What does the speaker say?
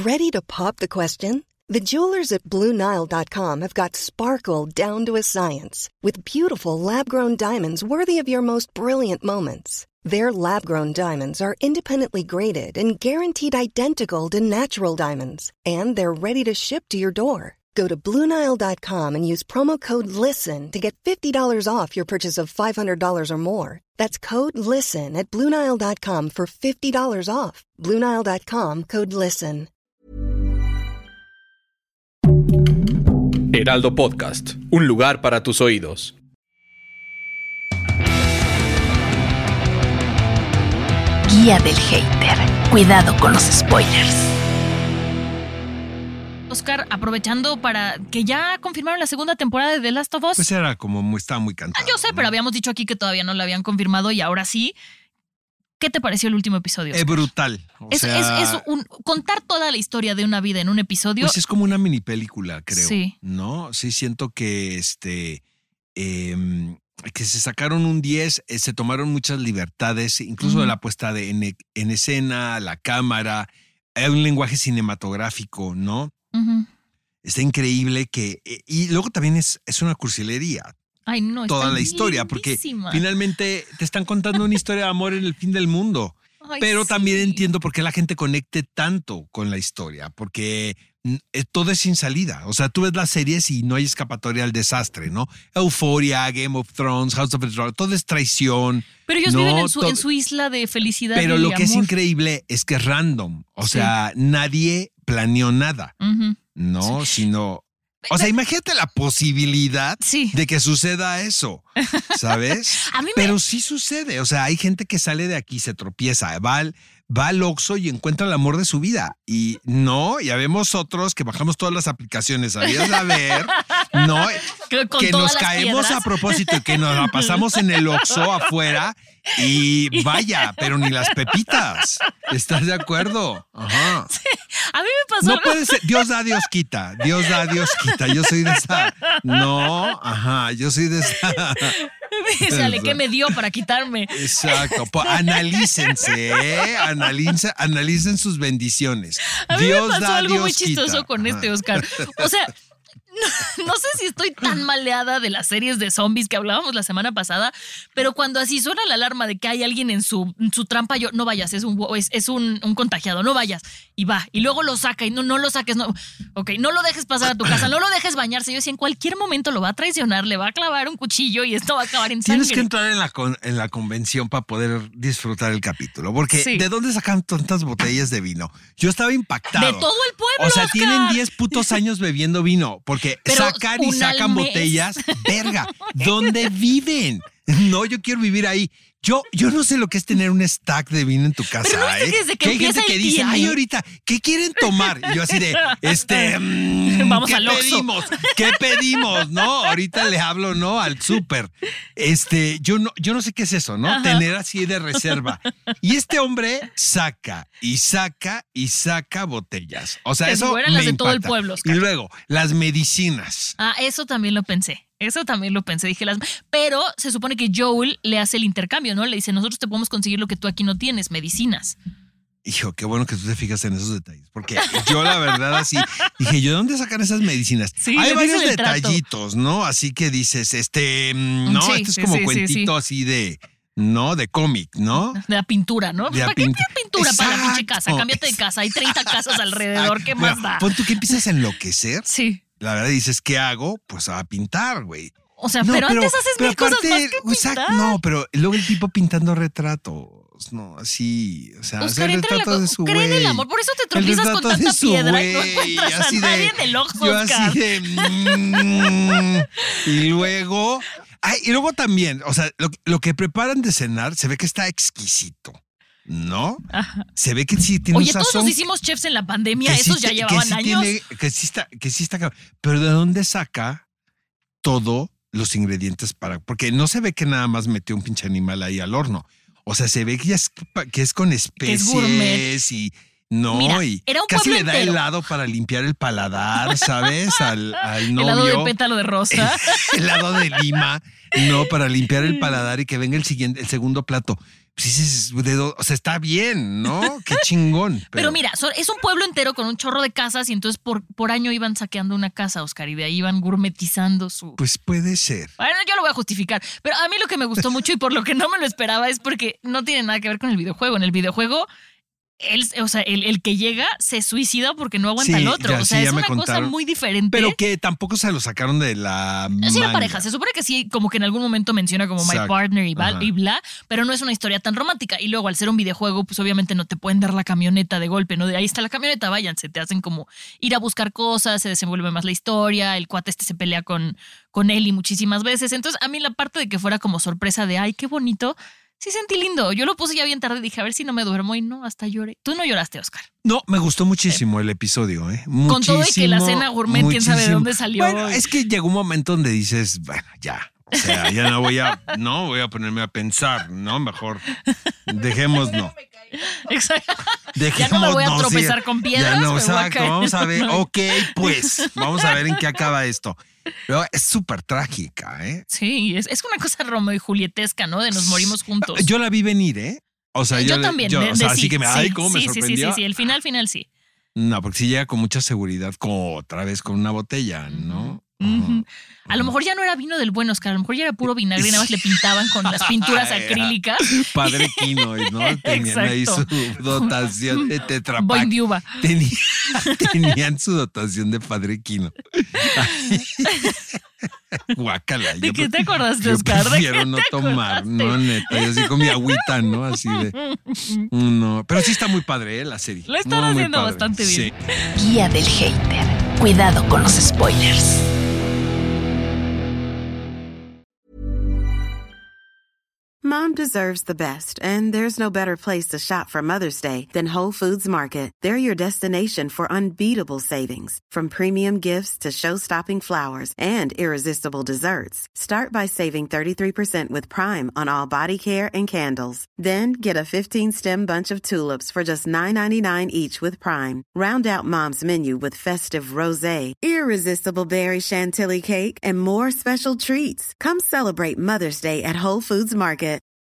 Ready to pop the question? The jewelers at BlueNile.com have got sparkle down to a science with beautiful lab-grown diamonds worthy of your most brilliant moments. Their lab-grown diamonds are independently graded and guaranteed identical to natural diamonds, and they're ready to ship to your door. Go to BlueNile.com and use promo code LISTEN to get $50 off your purchase of $500 or more. That's code LISTEN at BlueNile.com for $50 off. BlueNile.com, code LISTEN. Heraldo Podcast, un lugar para tus oídos. Guía del hater. Cuidado con los spoilers. Oscar, aprovechando para que ya confirmaron la segunda temporada de The Last of Us. Pues era como estaba muy cantado. Yo sé, ¿no? Pero habíamos dicho aquí que todavía no la habían confirmado y ahora sí. ¿Qué te pareció el último episodio, Oscar? Brutal. Es contar toda la historia de una vida en un episodio. Pues es como una mini película, creo. Sí. ¿No? Sí, siento que que se sacaron un 10, se tomaron muchas libertades, incluso de la puesta en escena, la cámara, hay un lenguaje cinematográfico, ¿no? Está increíble y luego también es una cursilería. Ay, no, toda la historia, porque finalmente te están contando una historia de amor en el fin del mundo. Ay, pero sí. también entiendo por qué la gente conecte tanto con la historia, porque todo es sin salida. O sea, tú ves las series y no hay escapatoria al desastre, ¿no? Euphoria, Game of Thrones, House of the Dragon, todo es traición. Pero ellos viven en su isla de felicidad. Pero y lo que amor. es increíble es que es random. O sea, nadie planeó nada, ¿no? Sí. Sino... O sea, imagínate la posibilidad de que suceda eso, ¿sabes? Pero sí sucede. O sea, hay gente que sale de aquí, se tropieza, va al Oxxo y encuentra el amor de su vida. Y ya vemos otros que bajamos todas las aplicaciones, ¿sabías? A ver, no, que nos caemos a propósito y que nos la pasamos en el Oxxo afuera y vaya, pero ni las pepitas. ¿Estás de acuerdo? Ajá. Sí, a mí me pasó No algo. puede ser. Dios da, Dios quita. Dios da, Dios quita. Yo soy de esa. No, yo soy de esa. Dígale, ¿qué me dio para quitarme? Exacto. Analícense, analicen sus bendiciones. A mí Dios me pasó da, algo Dios muy chistoso quita. con Oscar. O sea, no sé si estoy tan maleada de las series de zombies que hablábamos la semana pasada, pero cuando así suena la alarma de que hay alguien en su trampa, yo, no vayas, es un contagiado, no vayas. Y va, y luego lo saca y no lo saques, no. Ok, no lo dejes pasar a tu casa, no lo dejes bañarse. Yo decía, en cualquier momento lo va a traicionar, le va a clavar un cuchillo y esto va a acabar en sangre. Tienes que entrar en la convención para poder disfrutar el capítulo, porque Sí. ¿de dónde sacan tantas botellas de vino? Yo estaba impactado. De todo el pueblo, O sea, Oscar. tienen 10 putos años bebiendo vino, porque Pero sacan y una al sacan mes. botellas. Verga, ¿dónde viven? No, yo quiero vivir ahí. Yo no sé lo que es tener un stack de vino en tu casa. Pero no sé que desde que hay gente empieza que el dice, tiene. ay, ahorita, ¿qué quieren tomar? Y yo así de, Vamos ¿qué al Oxxo. pedimos? ¿Qué pedimos? No, ahorita le hablo, ¿no? Al súper. Yo no sé qué es eso, ¿no? Ajá. Tener así de reserva. Y este hombre saca y saca y saca botellas. O sea, Que eso fueran me las de todo el impacta. pueblo, Oscar. Y luego, las medicinas. Eso también lo pensé. Dije, pero se supone que Joel le hace el intercambio, ¿no? Le dice, nosotros te podemos conseguir lo que tú aquí no tienes, medicinas. Hijo, qué bueno que tú te fijas en esos detalles, porque yo la verdad así dije, ¿yo de dónde sacan esas medicinas? Sí, hay le varios dicen el trato. detallitos, ¿no? Así que dices, no, Sí, esto es sí, como sí, cuentito así de, ¿no? De cómic, ¿no? De la pintura, ¿no? De la ¿Para qué pintura. tienes pintura para la pinche casa? Exacto. Cámbiate de casa, hay 30 casas alrededor, ¿qué más Bueno, da? pon tú que empiezas a enloquecer. Sí. La verdad dices, ¿qué hago? Pues a pintar, güey. O sea, pero antes haces mil cosas más que pintar. No, pero luego el tipo pintando retratos, no, así, o sea, Oscar, el entra en retrato de su güey. cree en el amor, por eso te tropiezas con retrato de tanta su piedra y no güey, encuentras a así nadie en el Oxxo, yo Oscar. así de y luego también, o sea, lo que preparan de cenar se ve que está exquisito, ¿no? Ajá. Se ve que sí tiene Oye, un todos sazón. nos hicimos chefs en la pandemia, que esos sí ya te- llevaban que sí años. que sí está cabrón. Pero ¿de dónde saca todos los ingredientes porque no se ve que nada más metió un pinche animal ahí al horno. O sea, se ve que es con especies gourmet. y no, Mira, y era un casi pueblo le da entero. helado para limpiar el paladar, ¿sabes? Al novio. Helado de pétalo de rosa. Helado de lima. No, para limpiar el paladar y que venga el segundo plato. Sí, o sea, está bien, ¿no? Qué chingón. Pero mira, es un pueblo entero con un chorro de casas y entonces por año iban saqueando una casa, Oscar, y de ahí iban gourmetizando su... Pues puede ser. Bueno, yo lo voy a justificar. Pero a mí lo que me gustó mucho y por lo que no me lo esperaba es porque no tiene nada que ver con el videojuego. En el videojuego... el que llega se suicida porque no aguanta al otro. Es una cosa muy diferente. Pero que tampoco se lo sacaron de la Sí, la pareja. Se supone que sí, como que en algún momento menciona como my partner y bla, pero no es una historia tan romántica. Y luego al ser un videojuego, pues obviamente no te pueden dar la camioneta de golpe, ¿no? De ahí está la camioneta, váyanse, te hacen como ir a buscar cosas, se desenvuelve más la historia, el cuate se pelea con Ellie muchísimas veces. Entonces a mí la parte de que fuera como sorpresa de, ay, qué bonito... Sí sentí lindo. Yo lo puse ya bien tarde y dije, a ver si no me duermo y no, hasta lloré. Tú no lloraste, Oscar. No, me gustó muchísimo el episodio, Muchísimo, con todo y que la cena gourmet, quién sabe de dónde salió. Bueno, es que llegó un momento donde dices, bueno, ya. O sea, ya no voy a ponerme a pensar, ¿no? Mejor dejémoslo. Exacto. Ya no me voy a tropezar con piedras. Ya no, exacto. Vamos a ver, ok, pues, vamos a ver en qué acaba esto. Pero es súper trágica, Sí, es una cosa Romeo y Julietesca, ¿no? De nos morimos juntos. Yo la vi venir, O sea, yo también. Así que ¿cómo me sorprendió? Sí, el final sí. No, porque sí llega con mucha seguridad, como otra vez con una botella, ¿no? Uh-huh. A lo mejor ya no era vino del bueno, Oscar. A lo mejor ya era puro vinagre y nada más le pintaban con las pinturas acrílicas. Padre Quinoy, ¿no? Tenían ahí su dotación de Tetra Pak. Boing de uva. Tenían su dotación de Padre Quino. Guácala. ¿De qué te acordaste, Oscar? Yo prefiero no tomar, no, neta. Yo así con mi agüita, ¿no? Así de... No, pero sí está muy padre, la serie. Lo están haciendo bastante bien. Sí. Guía del hater. Cuidado con los spoilers. Mom deserves the best, and there's no better place to shop for Mother's Day than Whole Foods Market. They're your destination for unbeatable savings, from premium gifts to show-stopping flowers and irresistible desserts. Start by saving 33% with Prime on all body care and candles. Then get a 15-stem bunch of tulips for just $9.99 each with Prime. Round out Mom's menu with festive rosé, irresistible berry chantilly cake, and more special treats. Come celebrate Mother's Day at Whole Foods Market.